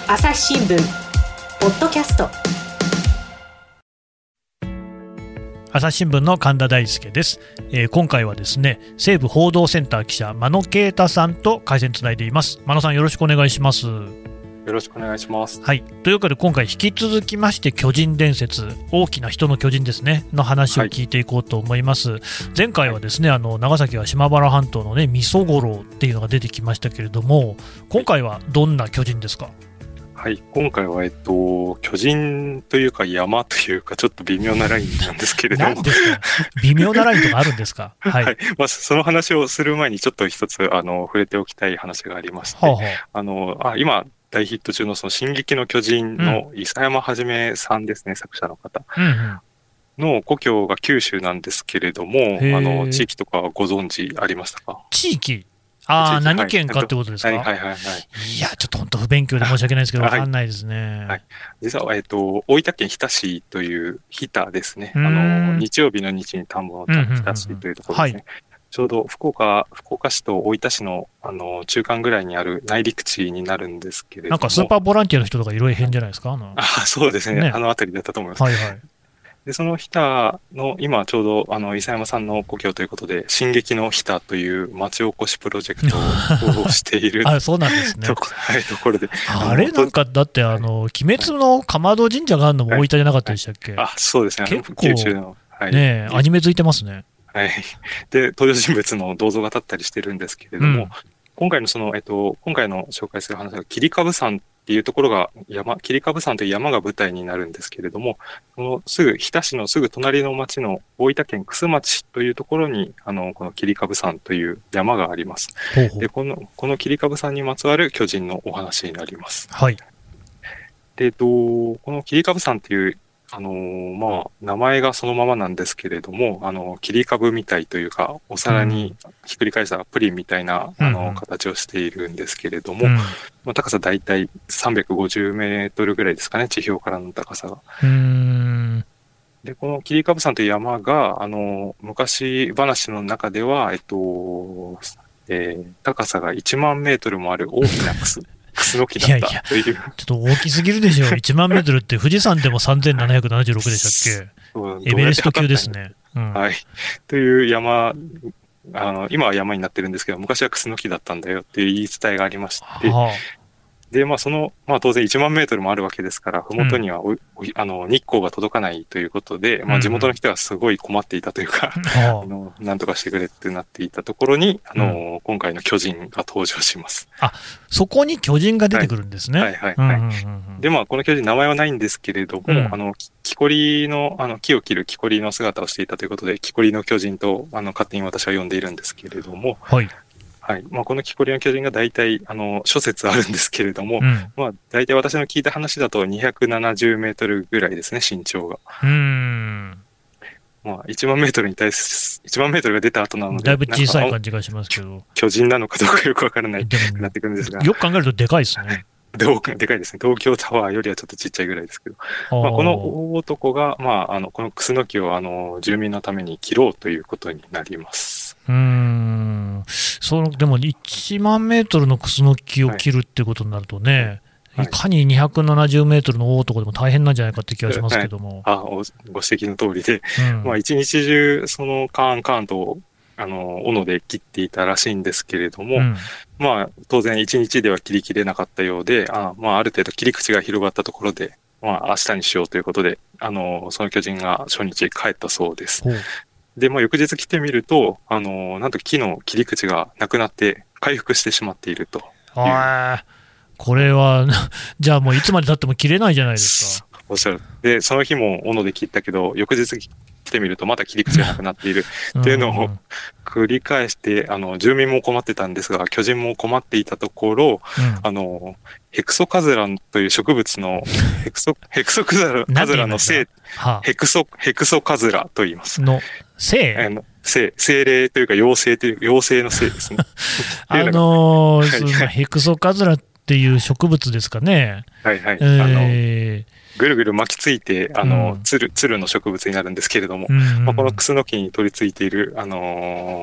朝日新聞ポッドキャスト、 朝日新聞の神田大輔です。今回はですね、西部報道センター記者間野啓太さんと回線つないでいます。間野さん、よろしくお願いします。 よろしくお願いします。 はい、というわけで今回引き続きまして巨人伝説、大きな人の巨人ですねの話を聞いていこうと思います。前回はですね、長崎は島原半島のね味噌五郎っていうのが出てきましたけれども、今回はどんな巨人ですか？ はい、今回は巨人というか山というかちょっと微妙なラインなんですけれども何ですか？微妙なラインとかあるんですか？はい、 はい、その話をする前にちょっと一つ触れておきたい話がありまして、今大ヒット中のその進撃の巨人の諫山はじめさんですね、作者の方の故郷が九州なんですけれども、地域とかご存知ありましたか？ 地域、何県かってことですか？いや、ちょっと本当不勉強で申し訳ないですけど、わかんないですね。 はい、実は、大分県日田市という日田ですね。日曜日の日に田んぼの田、日田市というところですね。ちょうど福岡市と大分市の、中間ぐらいにある内陸地になるんですけれども。 なんかスーパーボランティアの人とかいろいろ変じゃないですか？ そうですね。あの辺りだったと思います。 はいはい。 で、その日田の、今ちょうど、諫山さんの故郷ということで、進撃の日田という町おこしプロジェクトをしているそうなんですね。 ところで。 なんか、だって、鬼滅の竈門神社があるのも大分じゃなかったでしたっけ？ そうですね。 結構、 九州の。 ね、アニメ付いてますね。 はい。で、登場人物の銅像が立ったりしてるんですけれども、今回の今回の紹介する話は、切株山っていうところが切株山という山が舞台になるんですけれども、この日田市のすぐ隣の町の大分県玖珠町というところに、この切株山という山があります。で、この切株山にまつわる巨人のお話になります。 はい。 で、この切株山っていう名前がそのままなんですけれども、切り株みたいというか、お皿にひっくり返したプリンみたいな、形をしているんですけれども、高さだいたい350メートルぐらいですかね、地表からの高さが。で、この切り株山という山が、昔話の中では、高さが1万メートルもある大きなクスノキだったという。 ちょっと大きすぎるでしょ。1万メートルって富士山でも3776でしたっけ？エベレスト級ですね。 はい。という山、今は山になってるんですけど、昔はクスノキだったんだよっていう言い伝えがありまして、で、当然1万メートルもあるわけですから、ふもとには日光が届かないということで、地元の人はすごい困っていたというか、なんとかしてくれってなっていたところに、今回の巨人が登場します。 そこに巨人が出てくるんですね。 で、この巨人、名前はないんですけれども、木こりの、木を切る木こりの姿をしていたということで、木こりの巨人と、勝手に私は呼んでいるんですけれども、この木こりの巨人が大体、諸説あるんですけれども、大体私の聞いた話だと270メートルぐらいですね、身長が。1万メートルに対する、1万メートルが出た後なので、 だいぶ小さい感じがしますけど。 巨人なのかどうかよくわからないくなってくるんですが。 よく考えるとでかいですね。 でかいですね。東京タワーよりはちょっとちっちゃいぐらいですけど。この大男が、このクスノキを住民のために切ろうということになります。 でも1万メートルのクスノキを切るってことになるとね、いかに270メートルの大男でも大変なんじゃないかって気がしますけども。 ご指摘の通りで、一日中、そのカーンと、斧で切っていたらしいんですけれども、当然一日では切り切れなかったようで、ある程度切り口が広がったところで、明日にしようということで、その巨人が初日帰ったそうです。で、翌日来てみると、なんと木の切り口がなくなって回復してしまっていると。 これは、じゃあもういつまで経っても切れないじゃないですか。 おっしゃる。で、その日も斧で切ったけど、翌日来てみるとまた切り口がなくなっているっていうのを繰り返して、住民も困ってたんですが、巨人も困っていたところ、ヘクソカズランという植物の、ヘクソカズラの精カズラと言います。精霊というか妖精の精ですね。 ヘクソカズラっていう植物ですかね。 ぐるぐる巻きついて、つるの植物になるんですけれども、このクスノキに取り付いている、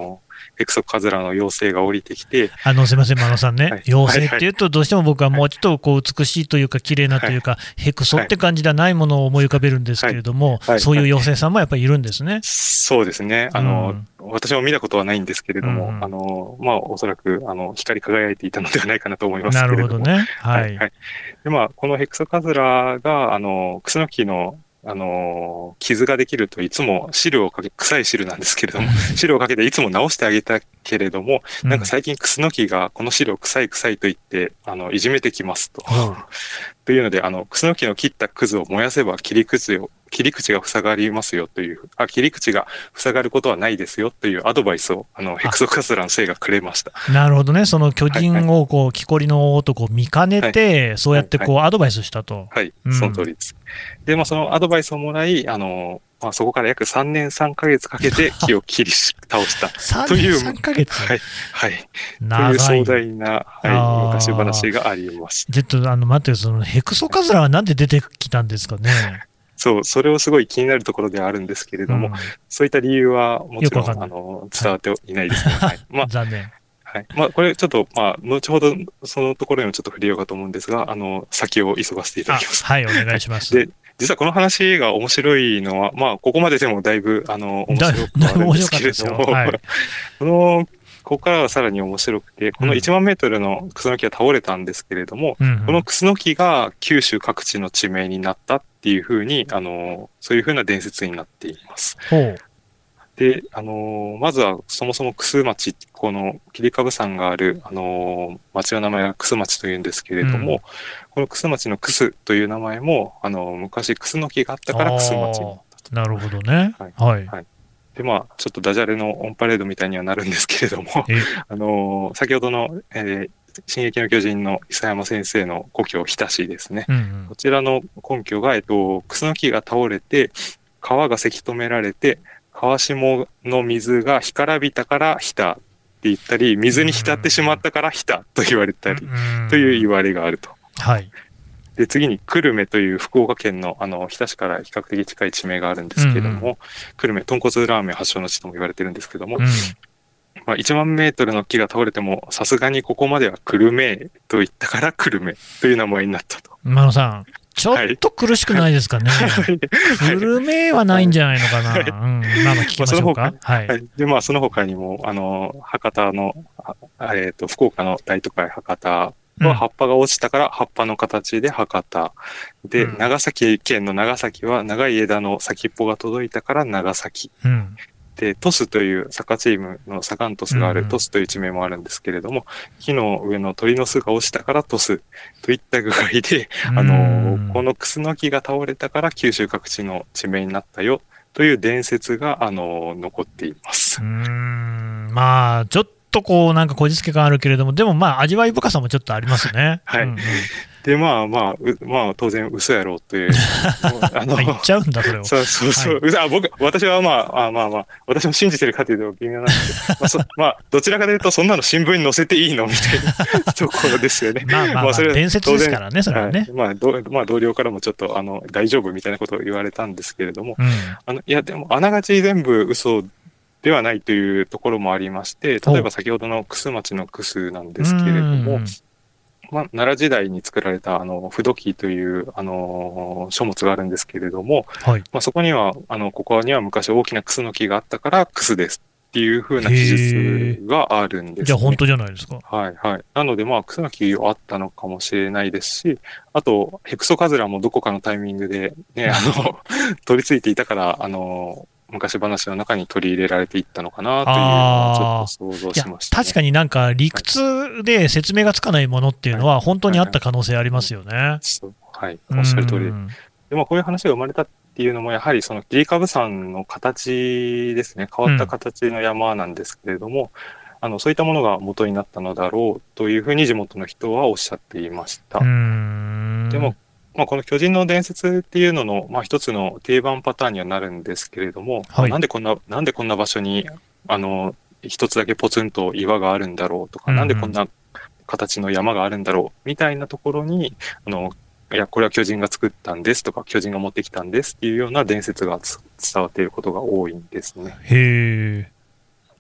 ヘクソカズラの妖精が降りてきて、 すみません、真野さんね、 はい妖精っていうと、どうしても僕はもうちょっとこう美しいというか、綺麗なというか、ヘクソって感じではないものを思い浮かべるんですけれども、そういう妖精さんもやっぱりいるんですね。 そうですね。私も見たことはないんですけれども、おそらく、光り輝いていたのではないかなと思いますけれども。 なるほどね。はい。 で、このヘクソカズラが、クスノキの、傷ができるといつも汁をかけ、臭い汁なんですけれども、汁をかけていつも直してあげたけれども、なんか最近クスノキがこの汁を臭い臭いと言って、いじめてきますと。というので、クスノキの切ったクズを燃やせば切り口が塞がりますよという、切り口が塞がることはないですよというアドバイスを、ヘクソカズラの精がくれました。 なるほどね。その巨人をこう、木こりのとこ見かねて、そうやってこう、アドバイスしたと。 はい、その通りです。で、そのアドバイスをもらい、そこから約3年3ヶ月かけて木を切り倒したという、 3年3ヶ月はい、はい。という壮大な、昔話があります。 ちょっと、待って、そのヘクソカズラはなんで出てきたんですかね。 そう、それをすごい気になるところではあるんですけれども、そういった理由はもちろん、伝わっていないですね。はい。 残念。 はい。これちょっと、後ほどそのところにもちょっと触れようかと思うんですが、先を急がせていただきます。 はい、お願いします。 で、実はこの話が面白いのは、ここまででもだいぶ、面白くあるんですけれども、ここからはさらに面白くて、この1万メートルのクスノキが倒れたんですけれども、このクスノキが九州各地の地名になったっていうふうに、そういうふうな伝説になっています。で、まずはそもそも楠町、この切株山がある、町の名前が楠町というんですけれども、この楠町の楠という名前も、昔クスノキがあったから楠町になったと。 なるほどね。はい。 で、ちょっとダジャレのオンパレードみたいにはなるんですけれども、先ほどの、進撃の巨人の諫山先生の故郷、日田市ですね。こちらの根拠が、クスノキが倒れて、川がせき止められて、川下の水が干からびたから日田って言ったり、水に浸ってしまったから日田と言われたり、という言われがあると。 はい。 で、次に久留米という福岡県の日田市から比較的近い地名があるんですけれども、久留米、豚骨ラーメン発祥の地とも言われてるんですけども、1万メートルの木が倒れても、さすがにここまでは久留米と言ったから久留米という名前になったと。 真野さん、ちょっと苦しくないですかね。久留米はないんじゃないのかな。聞きましょうか。はい。 で、その他にも、博多の、福岡の大都会博多、葉っぱが落ちたから葉っぱの形で博多。で、長崎県の長崎は長い枝の先っぽが届いたから長崎。で、トスというサッカーチームのサガントスがあるトスという地名もあるんですけれども、木の上の鳥の巣が落ちたからトスといった具合で、このクスノキが倒れたから九州各地の地名になったよという伝説が、残っています。 ちょっとこうなんかこじつけ感あるけれども、でも味わい深さもちょっとありますね。 はい。で、当然嘘やろうっていう。 言っちゃうんだ、それを。 そう。私は私も信じてるかというと微妙なんですけど、どちらかというと、そんなの新聞に載せていいのみたいなところですよね。 それは伝説ですからね、それはね。 同僚からもちょっと、大丈夫みたいなことを言われたんですけれども、いや、でも、あながち全部嘘ではないというところもありまして、例えば先ほどの楠町の楠なんですけれども、奈良時代に作られた不土記という書物があるんですけれども、そこにはここには昔大きなクスの木があったからクスですっていう風な記述があるんですね。 じゃあ本当じゃないですか。 はいはい。なのでクスノキあったのかもしれないですし、あとヘクソカズラもどこかのタイミングでね取り付いていたから昔話の中に取り入れられていったのかなというのをちょっと想像しました、ね。 確かになんか理屈で説明がつかないものっていうのは本当にあった可能性ありますよね。 はい、おっしゃる通りで。こういう話が生まれたっていうのもやはりその切株山の形ですね。変わった形の山なんですけれども、そういったものが元になったのだろうというふうに地元の人はおっしゃっていました。でもこの巨人の伝説っていうのの、一つの定番パターンにはなるんですけれども、なんでこんな場所に、一つだけポツンと岩があるんだろうとか、なんでこんな形の山があるんだろうみたいなところに、いや、これは巨人が作ったんですとか、巨人が持ってきたんですっていうような伝説が伝わっていることが多いんですね。 へー。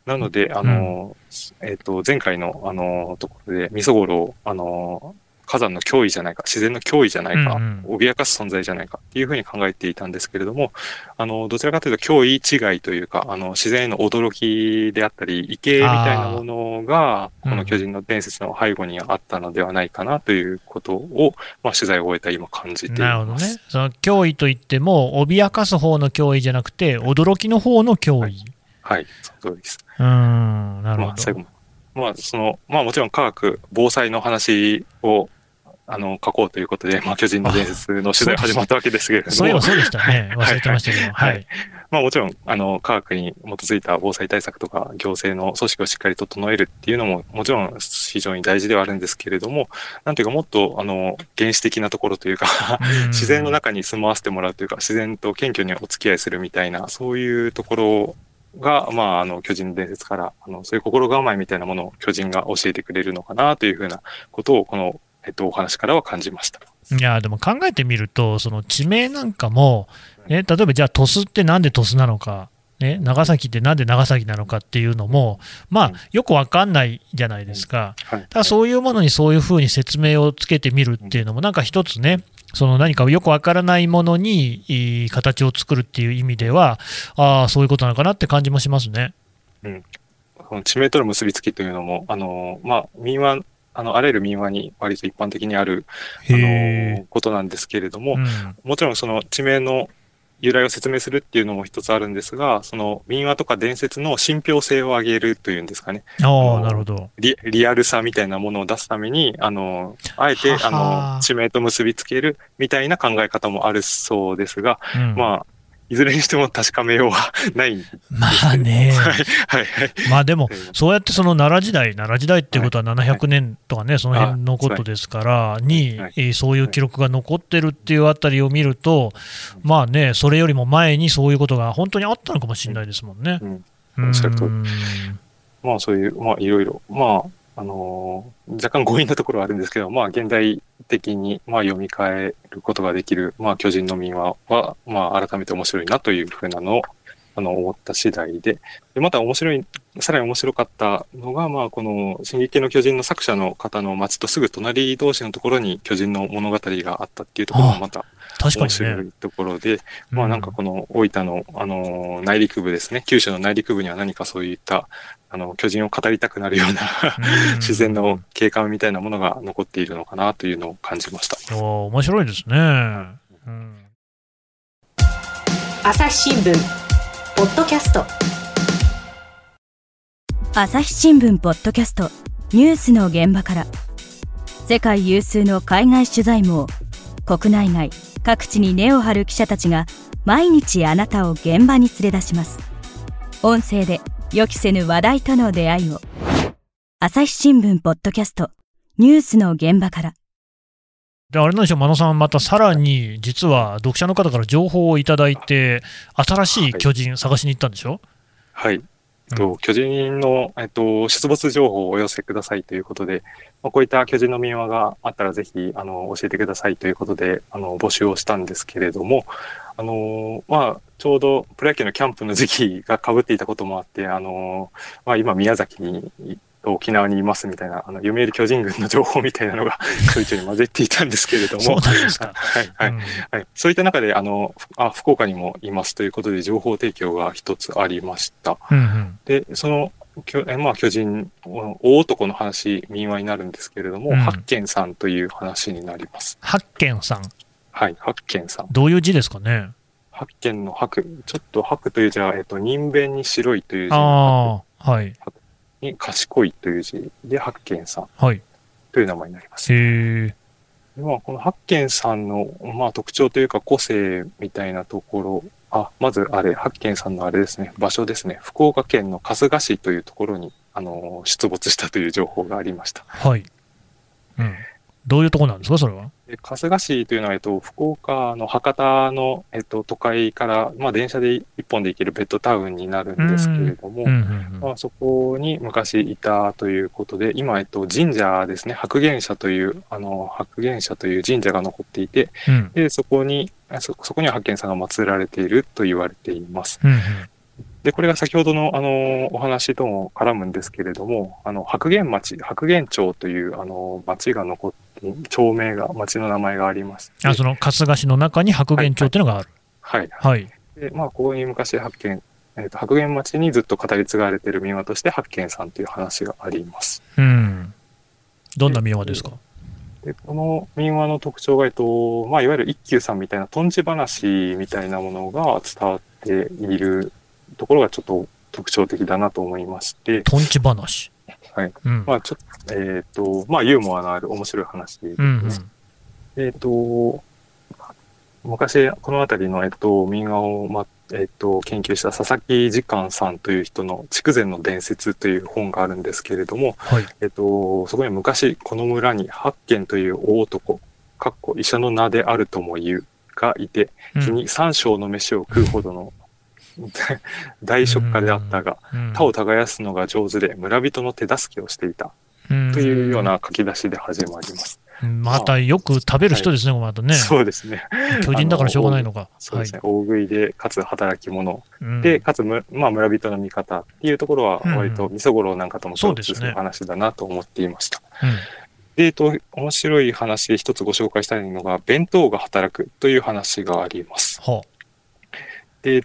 なので、前回の、ところで、みそごろを、火山の脅威じゃないか、自然の脅威じゃないか、脅かす存在じゃないかっていうふうに考えていたんですけれども、どちらかというと脅威違いというか、自然への驚きであったり、畏敬みたいなものが、この巨人の伝説の背後にあったのではないかなということを、取材を終えた今感じています。 なるほどね。その脅威といっても、脅かす方の脅威じゃなくて、驚きの方の脅威。 はい、そうです。 なるほど。 最後もちろん科学、防災の話を、書こうということで、巨人の伝説の取材が始まったわけですけれども。 そういえばそうでしたね。忘れてましたけど。はい。 もちろん、科学に基づいた防災対策とか、行政の組織をしっかり整えるっていうのも、もちろん非常に大事ではあるんですけれども、なんていうかもっと、原始的なところというか、自然の中に住まわせてもらうというか、自然と謙虚にお付き合いするみたいな、そういうところが、巨人の伝説から、そういう心構えみたいなものを巨人が教えてくれるのかなというふうなことを、この、お話からは感じました。 いや、でも考えてみると、その地名なんかも、例えばじゃあ鳥栖ってなんで鳥栖なのか、長崎ってなんで長崎なのかっていうのも、よくわかんないじゃないですか。ただそういうものにそういうふうに説明をつけてみるっていうのも、なんか一つね、その何かよくわからないものに形を作るっていう意味では、そういうことなのかなって感じもしますね。 この地名との結びつきというのも、民話、あらゆる民話に割と一般的にある、ことなんですけれども、もちろんその地名の由来を説明するっていうのも一つあるんですが、その民話とか伝説の信憑性を上げるというんですかね。 なるほど。 リアルさみたいなものを出すために、あえて、地名と結びつけるみたいな考え方もあるそうですが、いずれにしても確かめようはないんですけど。 ね。でも、そうやってその奈良時代っていうことは700年とかね、その辺のことですから、そういう記録が残ってるっていうあたりを見ると、それよりも前にそういうことが本当にあったのかもしれないですもんね。 そういう、いろいろ、若干強引なところはあるんですけど、現代的に、読み替えることができる、巨人の民話は、改めて面白いなというふうなのを、思った次第で、またさらに面白かったのが、この、進撃の巨人の作者の方の町とすぐ隣同士のところに巨人の物語があったっていうところもまた、面白いところで、なんかこの大分の、内陸部ですね、九州の内陸部には何かそういった、巨人を語りたくなるような自然の景観みたいなものが残っているのかなというのを感じました。 面白いですね。 朝日新聞ポッドキャスト。 朝日新聞ポッドキャストニュースの現場から、世界有数の海外取材網、国内外各地に根を張る記者たちが毎日あなたを現場に連れ出します。音声で予期せぬ話題との出会いを。朝日新聞ポッドキャストニュースの現場から。 で、あれなんでしょう、真野さん、またさらに実は読者の方から情報をいただいて、新しい巨人探しに行ったんでしょ？ 巨人の、出没情報をお寄せくださいということで、こういった巨人の民話があったらぜひ教えてくださいということで募集をしたんですけれども、ちょうどプロ野球のキャンプの時期が被っていたこともあって、今宮崎に沖縄にいますみたいな読売巨人軍の情報みたいなのがちょいちょい混ぜていたんですけれども、 そうなんですか。 そういった中で福岡にもいますということで情報提供が一つありました。で、その巨人、大男の話、民話になるんですけれども、八犬さんという話になります。 八犬さん。 八犬さん。 どういう字ですかね。 八犬の八、ちょっと八という字は、人弁に白いという字に賢いという字で八犬さんという名前になります。この八犬さんの、特徴というか個性みたいなところ、まず八犬さんのですね、場所ですね、福岡県の春日市というところに、出没したという情報がありました。 どういうところなんですか、それは。 春日市というのは、福岡の博多の、都会から、電車で一本で行けるベッドタウンになるんですけれども、そこに昔いたということで、今、神社ですね、白玄社という神社が残っていて、でそこには八犬さんが祀られていると言われています。 で、これが先ほどの、お話とも絡むんですけれども、白玄町という、町が残って、町名が、町の名前がありまして。 その春日市の中に白玄町というのがある。 はい。 はい。 で、ここに昔白玄町にずっと語り継がれている民話として、白玄さんという話があります。 どんな民話ですか？ でこの民話の特徴が、いわゆる一休さんみたいな、とんち話みたいなものが伝わっているところがちょっと特徴的だなと思いまして。 とんち話。 はい。ちょっと、ユーモアのある面白い話ですね。昔、この辺りの、民話を、研究した佐々木次官さんという人の筑前の伝説という本があるんですけれども、 はい、 そこに昔、この村に八軒という大男、医者の名であるとも言う、がいて、日に3升の飯を食うほどの大食家であったが、他を耕すのが上手で村人の手助けをしていたというような書き出しで始まります。 またよく食べる人ですね、またね。 そうですね。 巨人だからしょうがないのか。 そうですね。大食いで、かつ働き者で、かつ村人の味方っていうところは、割と味噌五郎なんかとも共通する話だなと思っていました。で、面白い話で一つご紹介したいのが、弁当が働くという話があります。で、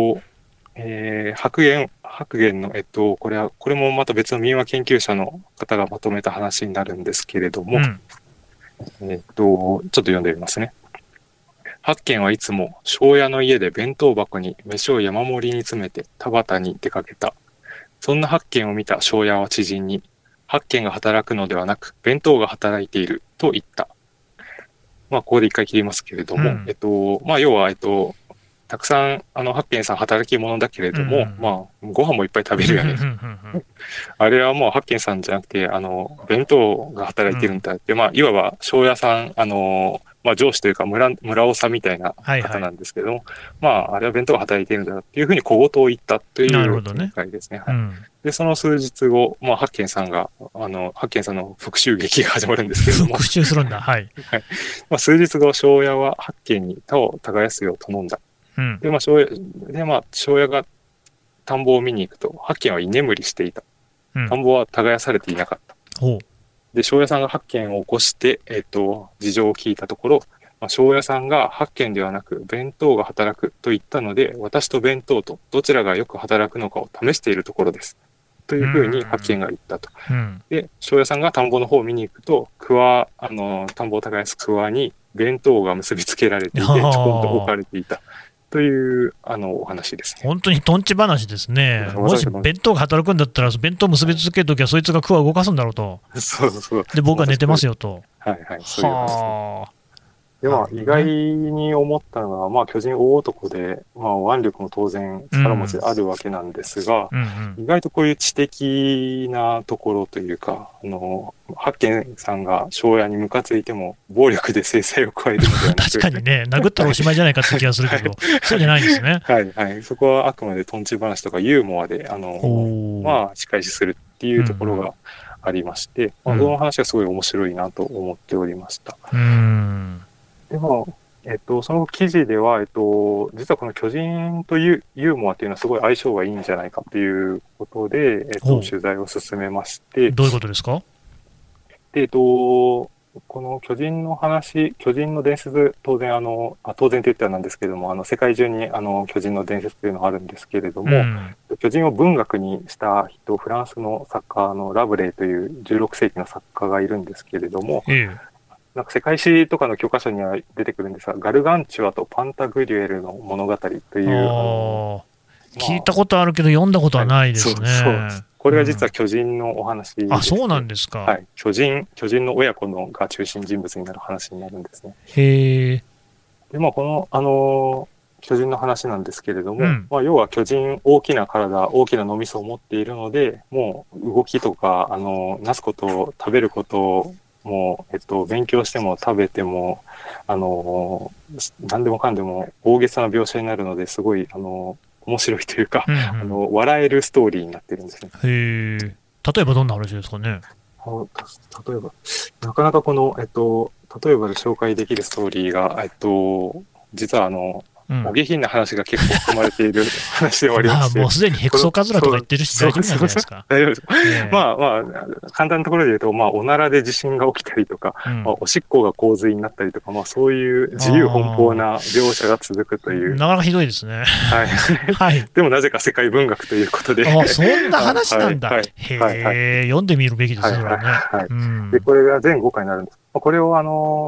白玄の、これもまた別の民話研究者の方がまとめた話になるんですけれども、ちょっと読んでみますね。八軒はいつも庄屋の家で弁当箱に飯を山盛りに詰めて田畑に出かけた。そんな八軒を見た庄屋は知人に、八軒が働くのではなく弁当が働いていると言った。ここで一回切りますけれども、要は、たくさん、八軒さん働き者だけれども、ご飯もいっぱい食べるよね。あれはもう八軒さんじゃなくて、弁当が働いてるんだって、いわば庄屋さん、上司というか村長みたいな方なんですけども、あれは弁当が働いているんだっていうふうに小言を言ったという展開ですね。で、その数日後、八軒さんの復讐劇が始まるんですけれども。 復讐するんだ。はい。 数日後、庄屋は八軒に田を耕すよう頼んだ。で、庄屋が田んぼを見に行くと、八軒は居眠りしていた。田んぼは耕されていなかった。で、庄屋さんが八軒を起こして、事情を聞いたところ、庄屋さんが八軒ではなく弁当が働くと言ったので、私と弁当とどちらがよく働くのかを試しているところです。というふうに八軒が言ったと。で、庄屋さんが田んぼの方を見に行くと、田んぼを耕す桑に弁当が結びつけられていて、ちょこんと置かれていた。というお話ですね。 本当にとんち話ですね。もし弁当が働くんだったら、弁当結びつけるときは、そいつがクワ動かすんだろうと。で、僕は寝てますよと。 はいはい、そういう話です。で、意外に思ったのが、巨人大男で、腕力も当然力持ちであるわけなんですが、意外とこういう知的なところというか、八軒さんが庄屋にムカついても暴力で制裁を加えるのではなく確かにね、殴ったらおしまいじゃないかって気がするけど、そうじゃないんですね。 はいはい。そこはあくまでとんち話とかユーモアで、仕返しするっていうところがありまして、その話がすごい面白いなと思っておりました。でも、その記事では、実はこの巨人とユーモアっていうのはすごい相性がいいんじゃないかっていうことで、取材を進めまして。 どういうことですか？ で、この巨人の伝説、当然と言ってはなんですけれども、世界中に巨人の伝説というのがあるんですけれども、巨人を文学にした人、フランスの作家のラブレイという16世紀の作家がいるんですけれども、なんか世界史とかの教科書には出てくるんですが、ガルガンチュアとパンタグリュエルの物語という。 聞いたことあるけど読んだことはないですね。 これが実は巨人のお話で、 そうなんですか。 はい。巨人の親子が中心人物になる話になるんですね。 へえ。 で、この、巨人の話なんですけれども、要は巨人、大きな体、大きな脳みそを持っているので、もう動きとか、なすこと、食べることを、もう、勉強しても食べても、何でもかんでも大げさな描写になるので、すごい、面白いというか、笑えるストーリーになってるんですね。 へえ。例えばどんな話ですかね。 例えば、なかなかこの、例えばで紹介できるストーリーが、実はお下品な話が結構含まれている話ではありまして。 もうすでにヘクソカズラとか言ってるし大丈夫なんじゃないですか。 大丈夫です。簡単なところで言うと、おならで地震が起きたりとか、おしっこが洪水になったりとか、そういう自由奔放な描写が続くという。 なかなかひどいですね。 はい。はい。でもなぜか世界文学ということで。 そんな話なんだ。へえ、読んでみるべきですね。 はい。で、これが全5回になるんです。これを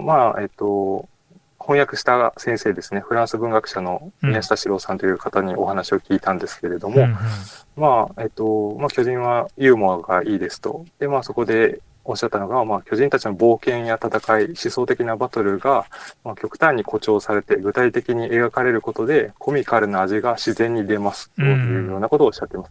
翻訳した先生ですね、フランス文学者の宮下史郎さんという方にお話を聞いたんですけれども、巨人はユーモアがいいですと。で、そこでおっしゃったのが、巨人たちの冒険や戦い、思想的なバトルが、極端に誇張されて具体的に描かれることで、コミカルな味が自然に出ますというようなことをおっしゃっています。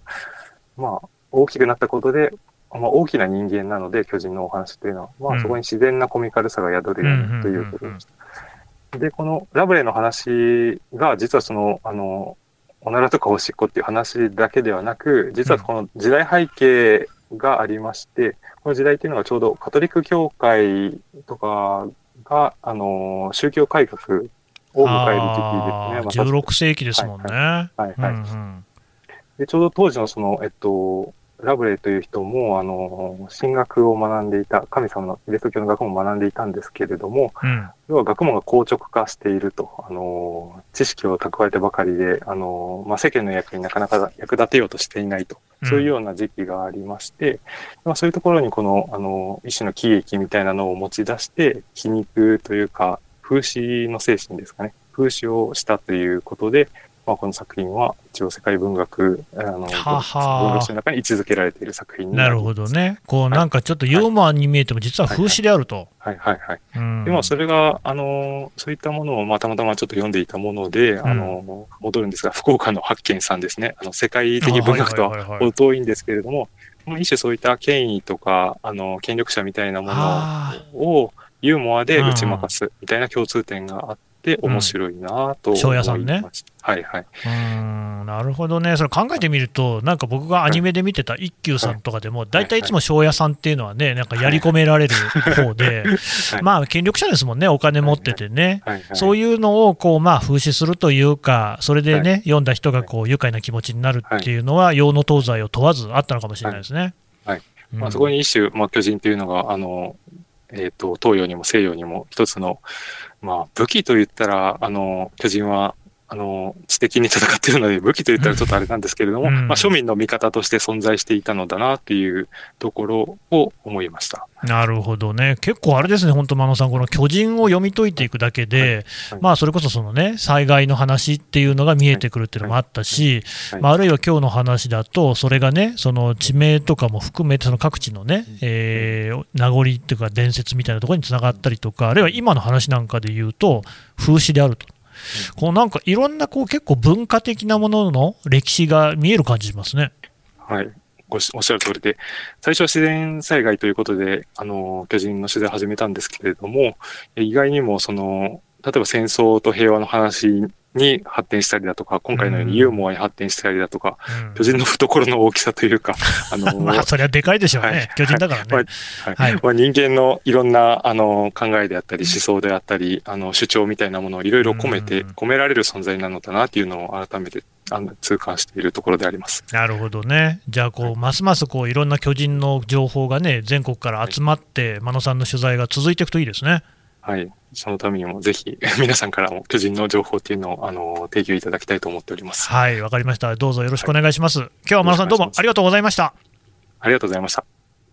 大きくなったことで、大きな人間なので、巨人のお話というのは、そこに自然なコミカルさが宿るようにということでした。で、このラブレーの話が、実はおならとかおしっこっていう話だけではなく、実はこの時代背景がありまして、この時代っていうのがちょうどカトリック教会とかが、宗教改革を迎える時期ですね。 16世紀ですもんね。 で、ちょうど当時のラブレーという人も、神学を学んでいた、神様のキリスト教の学問を学んでいたんですけれども、要は学問が硬直化していると、知識を蓄えてばかりで、世間の役になかなか役立てようとしていないと、そういうような時期がありまして、そういうところにこの、一種の喜劇みたいなのを持ち出して、皮肉というか、風刺の精神ですかね、風刺をしたということで、この作品は一応世界文学、文学史の中に位置づけられている作品になります。 なるほどね。なんかちょっとユーモアに見えても実は風刺であると。 でもそれが、そういったものをたまたまちょっと読んでいたもので、戻るんですが、福岡の八犬さんですね。世界的文学とは程遠いんですけれども、一種そういった権威とか、権力者みたいなものをユーモアで打ち負かすみたいな共通点があって、面白いなと思いました。 庄屋さんね。なるほどね。それ考えてみると、なんか僕がアニメで見てた一休さんとかでも、大体いつも庄屋さんっていうのはね、なんかやり込められる方で、権力者ですもんね、お金持っててね。そういうのを風刺するというか、それでね、読んだ人が愉快な気持ちになるっていうのは、洋の東西を問わずあったのかもしれないですね。 そこに一種、巨人っていうのが、東洋にも西洋にも一つの、武器と言ったら、巨人は、知的に戦っているので、武器と言ったらちょっとあれなんですけれども、庶民の味方として存在していたのだなっていうところを思いました。 なるほどね。結構あれですね、本当、真野さん、この巨人を読み解いていくだけで、それこそそのね、災害の話っていうのが見えてくるっていうのもあったし、あるいは今日の話だと、それがね、その地名とかも含めて、その各地のね、名残っていうか伝説みたいなところにつながったりとか、あるいは今の話なんかで言うと、風刺であると。なんかいろんな結構文化的なものの歴史が見える感じしますね。 はい。おっしゃる通りで、最初は自然災害ということで、巨人の取材を始めたんですけれども、意外にも例えば戦争と平和の話に発展したりだとか、今回のようにユーモアに発展したりだとか、巨人の懐の大きさというか、 それはでかいでしょうね、巨人だからね。 人間のいろんな考えであったり、思想であったり、主張みたいなものをいろいろ込められる存在なのだなというのを改めて痛感しているところであります。 なるほどね。じゃあますますいろんな巨人の情報がね、全国から集まって、真野さんの取材が続いていくといいですね。 はい。そのためにもぜひ皆さんからも巨人の情報っていうのを提供いただきたいと思っております。 はい、わかりました。どうぞよろしくお願いします。今日は真野さんどうもありがとうございました。 ありがとうございました。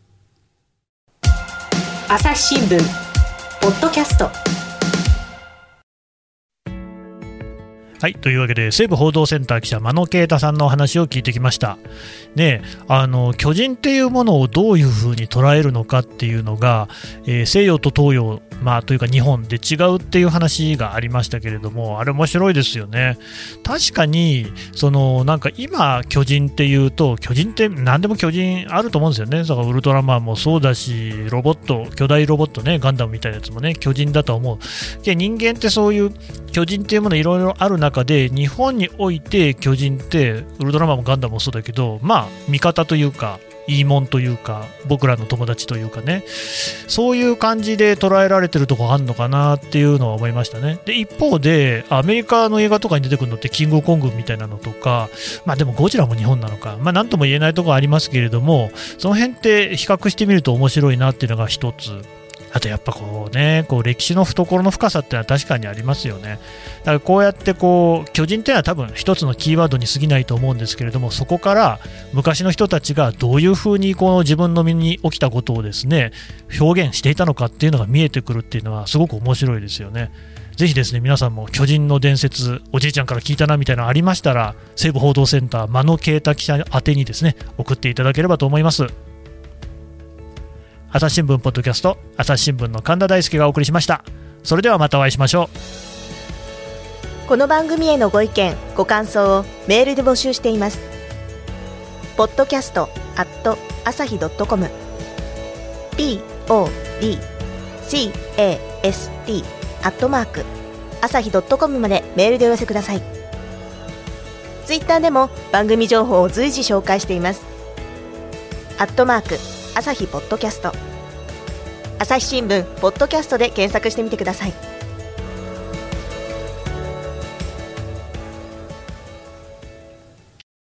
朝日新聞ポッドキャスト。 はい、というわけで西部報道センター記者真野啓太さんのお話を聞いてきました。ね、巨人っていうものをどういうふうに捉えるのかっていうのが、西洋と東洋、というか日本で違うっていう話がありましたけれども、あれ面白いですよね。確かになんか今巨人っていうと、巨人って何でも巨人あると思うんですよね。だからウルトラマンもそうだし、ロボット、巨大ロボットね、ガンダムみたいなやつもね巨人だと思う。で、人間ってそういう巨人っていうものいろいろある中で、日本において巨人ってウルトラマンもガンダムもそうだけど、味方というかいいもんというか、僕らの友達というかね、そういう感じで捉えられてるところあるのかなっていうのは思いましたね。で、一方でアメリカの映画とかに出てくるのってキングコングみたいなのとか、まあでもゴジラも日本なのか、まあなんとも言えないところありますけれども、その辺って比較してみると面白いなっていうのが一つ。あとやっぱこうね、こう歴史の懐の深さっていうのは確かにありますよね。だからこうやってこう巨人っていうのは多分一つのキーワードに過ぎないと思うんですけれども、そこから昔の人たちがどういうふうにこう自分の身に起きたことをですね、表現していたのかっていうのが見えてくるっていうのはすごく面白いですよね。ぜひですね、皆さんも巨人の伝説、おじいちゃんから聞いたなみたいなのありましたら、西部報道センター間野啓太記者宛てにですね、送っていただければと思います。朝日新聞ポッドキャスト、朝日新聞の神田大輔がお送りしました。それではまたお会いしましょう。この番組へのご意見ご感想をメールで募集しています。podcast@asahi.com podcast@asahi.com までメールでお寄せください。ツイッターでも番組情報を随時紹介しています。朝日ポッドキャスト、朝日新聞ポッドキャストで検索してみてください。